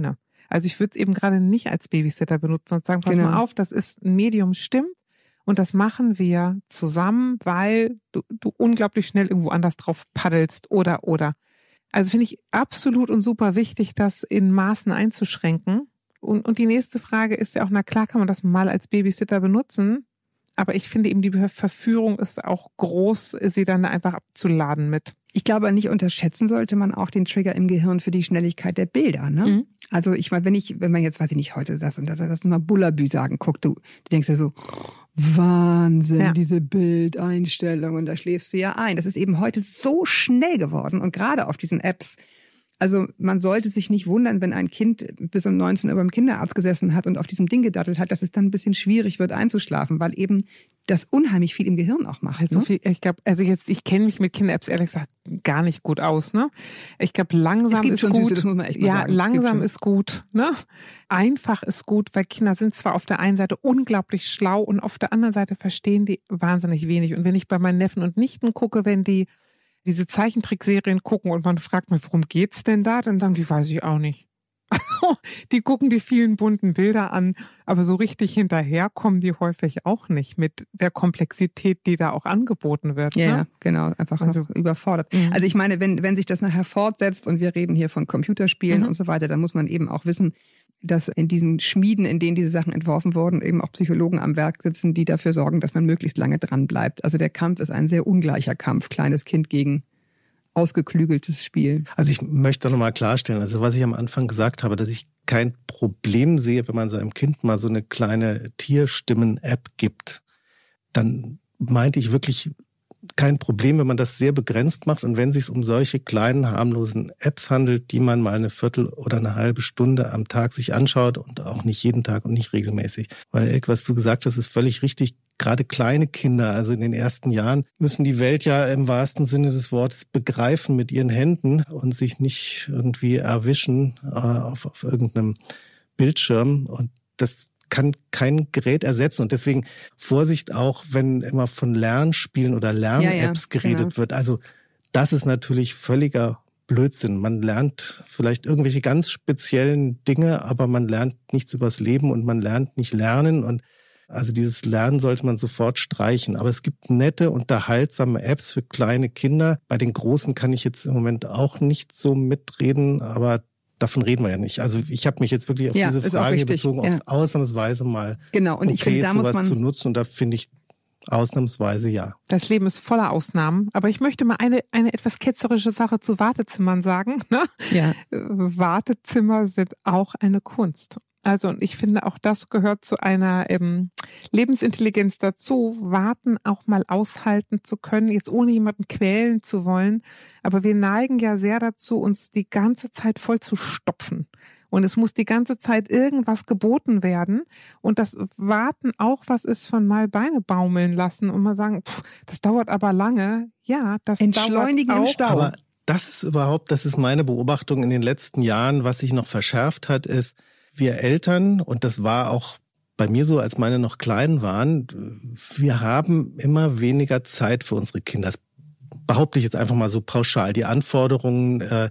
Also ich würde es eben gerade nicht als Babysitter benutzen und sagen, pass Genau. mal auf, das ist ein Medium, stimmt. Und das machen wir zusammen, weil du, du unglaublich schnell irgendwo anders drauf paddelst oder, oder. Also finde ich absolut und super wichtig, das in Maßen einzuschränken. Und, und die nächste Frage ist ja auch, na klar kann man das mal als Babysitter benutzen, aber ich finde eben, die Verführung ist auch groß, sie dann einfach abzuladen mit. Ich glaube, nicht unterschätzen sollte man auch den Trigger im Gehirn für die Schnelligkeit der Bilder. Ne? Mhm. Also ich meine, wenn ich, wenn man jetzt, weiß ich nicht, heute das und das, das mal Bullabü sagen, guck, du, du denkst ja so, Wahnsinn, Ja. diese Bildeinstellung und da schläfst du ja ein. Das ist eben heute so schnell geworden und gerade auf diesen Apps. Also man sollte sich nicht wundern, wenn ein Kind bis um neunzehn Uhr beim Kinderarzt gesessen hat und auf diesem Ding gedattelt hat, dass es dann ein bisschen schwierig wird einzuschlafen, weil eben das unheimlich viel im Gehirn auch macht. Halt so Ne? viel, ich glaube, also jetzt, ich kenne mich mit Kinder-Apps ehrlich gesagt gar nicht gut aus, ne? Ich glaube, langsam Es gibt ist schon gut. Süße, das muss man echt mal ja, sagen. Es gibt langsam schon. ist gut, ne? Einfach ist gut, weil Kinder sind zwar auf der einen Seite unglaublich schlau und auf der anderen Seite verstehen die wahnsinnig wenig. Und wenn ich bei meinen Neffen und Nichten gucke, wenn die diese Zeichentrickserien gucken und man fragt mich, worum geht's denn da? Dann sagen die, weiß ich auch nicht. Die gucken die vielen bunten Bilder an, aber so richtig hinterher kommen die häufig auch nicht mit der Komplexität, die da auch angeboten wird. Ja, ne? ja, genau, einfach Also- noch überfordert. Mhm. Also ich meine, wenn, wenn sich das nachher fortsetzt und wir reden hier von Computerspielen Mhm. und so weiter, dann muss man eben auch wissen, dass in diesen Schmieden, in denen diese Sachen entworfen wurden, eben auch Psychologen am Werk sitzen, die dafür sorgen, dass man möglichst lange dran bleibt. Also der Kampf ist ein sehr ungleicher Kampf, kleines Kind gegen ausgeklügeltes Spiel. Also ich möchte noch mal klarstellen, also was ich am Anfang gesagt habe, dass ich kein Problem sehe, wenn man seinem Kind mal so eine kleine Tierstimmen-App gibt, dann meinte ich wirklich kein Problem, wenn man das sehr begrenzt macht und wenn es sich um solche kleinen, harmlosen Apps handelt, die man mal eine Viertel oder eine halbe Stunde am Tag sich anschaut und auch nicht jeden Tag und nicht regelmäßig. Weil, Erik, was du gesagt hast, ist völlig richtig. Gerade kleine Kinder, also in den ersten Jahren, müssen die Welt ja im wahrsten Sinne des Wortes begreifen mit ihren Händen und sich nicht irgendwie erwischen äh, auf, auf irgendeinem Bildschirm. Und das kann kein Gerät ersetzen. Und deswegen Vorsicht auch, wenn immer von Lernspielen oder Lern-Apps Ja, ja, geredet genau. wird. Also das ist natürlich völliger Blödsinn. Man lernt vielleicht irgendwelche ganz speziellen Dinge, aber man lernt nichts übers Leben und man lernt nicht lernen. Und also dieses Lernen sollte man sofort streichen. Aber es gibt nette, unterhaltsame Apps für kleine Kinder. Bei den Großen kann ich jetzt im Moment auch nicht so mitreden, aber davon reden wir ja nicht. Also ich habe mich jetzt wirklich auf Ja, diese ist auch Frage hier richtig, bezogen, ob ja. es ausnahmsweise mal Genau, und okay ich finde, da ist, muss sowas man... zu nutzen. Und da finde ich ausnahmsweise ja. Das Leben ist voller Ausnahmen. Aber ich möchte mal eine, eine etwas ketzerische Sache zu Wartezimmern sagen. Ne? Ja. Wartezimmer sind auch eine Kunst. Also und ich finde, auch das gehört zu einer ähm, Lebensintelligenz dazu, warten auch mal aushalten zu können, jetzt ohne jemanden quälen zu wollen. Aber wir neigen ja sehr dazu, uns die ganze Zeit voll zu stopfen. Und es muss die ganze Zeit irgendwas geboten werden. Und das Warten auch was ist von mal Beine baumeln lassen und mal sagen, pff, das dauert aber lange. Ja, das Entschleunigen dauert im auch. Stau. Aber das ist überhaupt, das ist meine Beobachtung in den letzten Jahren, was sich noch verschärft hat, ist, wir Eltern, und das war auch bei mir so, als meine noch klein waren, wir haben immer weniger Zeit für unsere Kinder. Das behaupte ich jetzt einfach mal so pauschal. Die Anforderungen äh,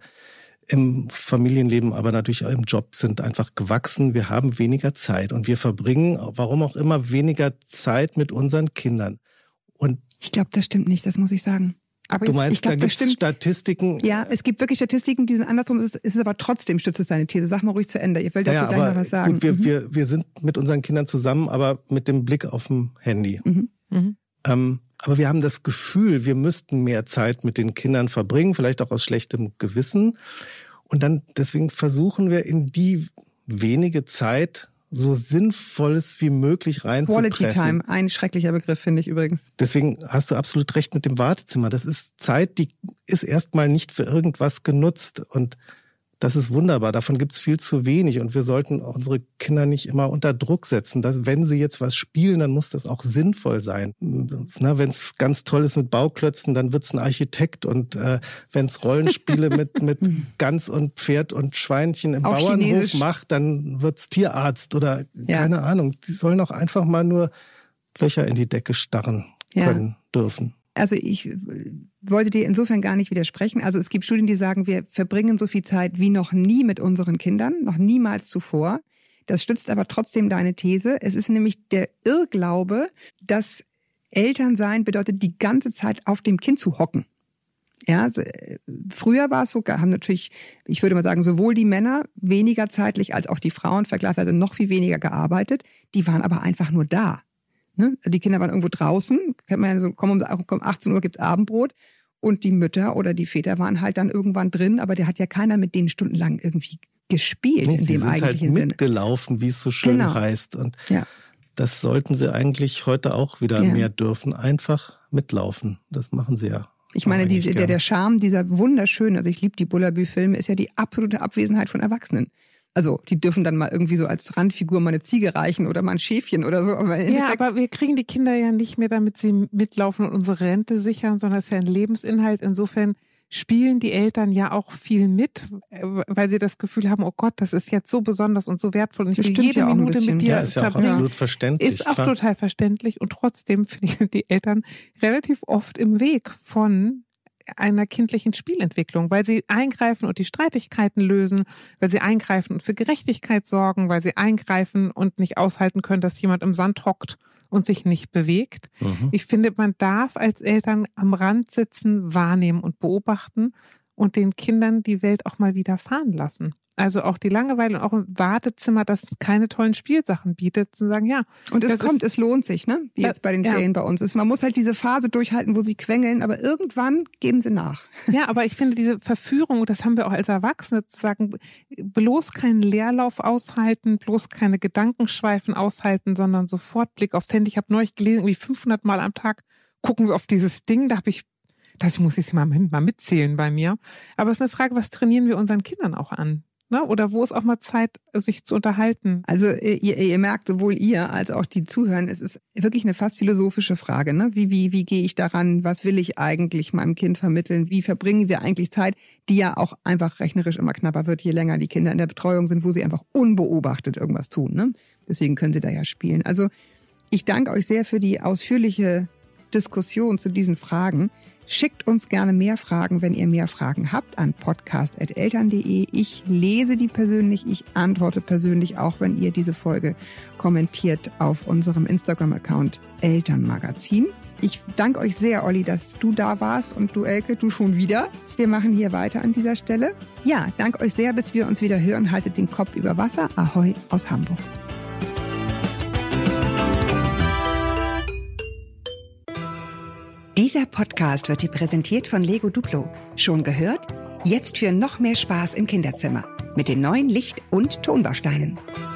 im Familienleben, aber natürlich auch im Job sind einfach gewachsen. Wir haben weniger Zeit und wir verbringen, warum auch immer, weniger Zeit mit unseren Kindern. Und Ich glaube, das stimmt nicht, das muss ich sagen. Aber du jetzt, meinst, ich glaub, da das gibt es stimmt. Statistiken. Ja, es gibt wirklich Statistiken, die sind andersrum. Es ist, es ist aber trotzdem, stützt es deine These. Sag mal ruhig zu Ende. Ich will dazu Ja, gleich aber noch was sagen. gut, wir, Mhm. wir, wir sind mit unseren Kindern zusammen, aber mit dem Blick auf dem Handy. Mhm. Mhm. Ähm, aber wir haben das Gefühl, wir müssten mehr Zeit mit den Kindern verbringen, vielleicht auch aus schlechtem Gewissen. Und dann, deswegen versuchen wir in die wenige Zeit so Sinnvolles wie möglich reinzupressen. Quality Time, ein schrecklicher Begriff, finde ich übrigens. Deswegen hast du absolut recht mit dem Wartezimmer. Das ist Zeit, die ist erstmal nicht für irgendwas genutzt. Und das ist wunderbar. Davon gibt's viel zu wenig. Und wir sollten unsere Kinder nicht immer unter Druck setzen. Dass, wenn sie jetzt was spielen, dann muss das auch sinnvoll sein. Na, wenn es ganz toll ist mit Bauklötzen, dann wird's ein Architekt. Und äh, wenn es Rollenspiele mit, mit Gans und Pferd und Schweinchen im Auf Bauernhof Chinesisch. macht, dann wird's Tierarzt oder Ja. keine Ahnung. Die sollen auch einfach mal nur Löcher in die Decke starren Ja. können, dürfen. Also ich wollte dir insofern gar nicht widersprechen. Also es gibt Studien, die sagen, wir verbringen so viel Zeit wie noch nie mit unseren Kindern, noch niemals zuvor. Das stützt aber trotzdem deine These. Es ist nämlich der Irrglaube, dass Elternsein bedeutet, die ganze Zeit auf dem Kind zu hocken. Ja, früher war es so, haben natürlich, ich würde mal sagen, sowohl die Männer weniger zeitlich als auch die Frauen vergleichsweise noch viel weniger gearbeitet. Die waren aber einfach nur da. Ne? Die Kinder waren irgendwo draußen, kennt man ja so, komm, um achtzehn Uhr gibt's Abendbrot. Und die Mütter oder die Väter waren halt dann irgendwann drin, aber der hat ja keiner mit denen stundenlang irgendwie gespielt. Nee, in sie dem sind halt eigentlichen Sinne. mitgelaufen, wie es so schön Genau. heißt. Und Ja. das sollten sie eigentlich heute auch wieder Ja. mehr dürfen. Einfach mitlaufen. Das machen sie ja. Ich meine, die, eigentlich der, der gerne. Charme dieser wunderschönen, also ich liebe die Bullabü-Filme, ist ja die absolute Abwesenheit von Erwachsenen. Also die dürfen dann mal irgendwie so als Randfigur mal eine Ziege reichen oder mal ein Schäfchen oder so. Aber im Ja, Endeffekt- aber wir kriegen die Kinder ja nicht mehr, damit sie mitlaufen und unsere Rente sichern, sondern es ist ja ein Lebensinhalt. Insofern spielen die Eltern ja auch viel mit, weil sie das Gefühl haben, oh Gott, das ist jetzt so besonders und so wertvoll und ich Das will stimmt jede ja auch ein Minute bisschen. mit dir Ja, ist ja auch verbringen. absolut verständlich. Ist auch klar. total verständlich und trotzdem finde ich, sind die Eltern relativ oft im Weg von einer kindlichen Spielentwicklung, weil sie eingreifen und die Streitigkeiten lösen, weil sie eingreifen und für Gerechtigkeit sorgen, weil sie eingreifen und nicht aushalten können, dass jemand im Sand hockt und sich nicht bewegt. Mhm. Ich finde, man darf als Eltern am Rand sitzen, wahrnehmen und beobachten und den Kindern die Welt auch mal wieder fahren lassen. Also auch die Langeweile und auch im Wartezimmer, das keine tollen Spielsachen bietet, zu sagen, ja. Und es das kommt, ist- es lohnt sich, ne? Wie Da- jetzt bei den ja. Ferien bei uns ist. Man muss halt diese Phase durchhalten, wo sie quengeln, aber irgendwann geben sie nach. Ja, aber ich finde diese Verführung, und das haben wir auch als Erwachsene, zu sagen, bloß keinen Leerlauf aushalten, bloß keine Gedankenschweifen aushalten, sondern sofort Blick aufs Handy. Ich habe neulich gelesen, irgendwie fünfhundert Mal am Tag gucken wir auf dieses Ding. Da habe ich, das muss ich mal, mal mitzählen bei mir. Aber es ist eine Frage, was trainieren wir unseren Kindern auch an? Ne? Oder wo ist auch mal Zeit, sich zu unterhalten? Also ihr, ihr merkt, sowohl ihr als auch die Zuhörer, es ist wirklich eine fast philosophische Frage. Ne? Wie, wie, wie gehe ich daran? Was will ich eigentlich meinem Kind vermitteln? Wie verbringen wir eigentlich Zeit, die ja auch einfach rechnerisch immer knapper wird, je länger die Kinder in der Betreuung sind, wo sie einfach unbeobachtet irgendwas tun. Ne? Deswegen können sie da ja spielen. Also ich danke euch sehr für die ausführliche Diskussion zu diesen Fragen. Schickt uns gerne mehr Fragen, wenn ihr mehr Fragen habt, an podcast at eltern punkt de. Ich lese die persönlich, ich antworte persönlich, auch wenn ihr diese Folge kommentiert auf unserem Instagram-Account Elternmagazin. Ich danke euch sehr, Olli, dass du da warst und du, Elke, du schon wieder. Wir machen hier weiter an dieser Stelle. Ja, danke euch sehr, bis wir uns wieder hören. Haltet den Kopf über Wasser. Ahoi aus Hamburg. Dieser Podcast wird dir präsentiert von Lego Duplo. Schon gehört? Jetzt für noch mehr Spaß im Kinderzimmer. Mit den neuen Licht- und Tonbausteinen.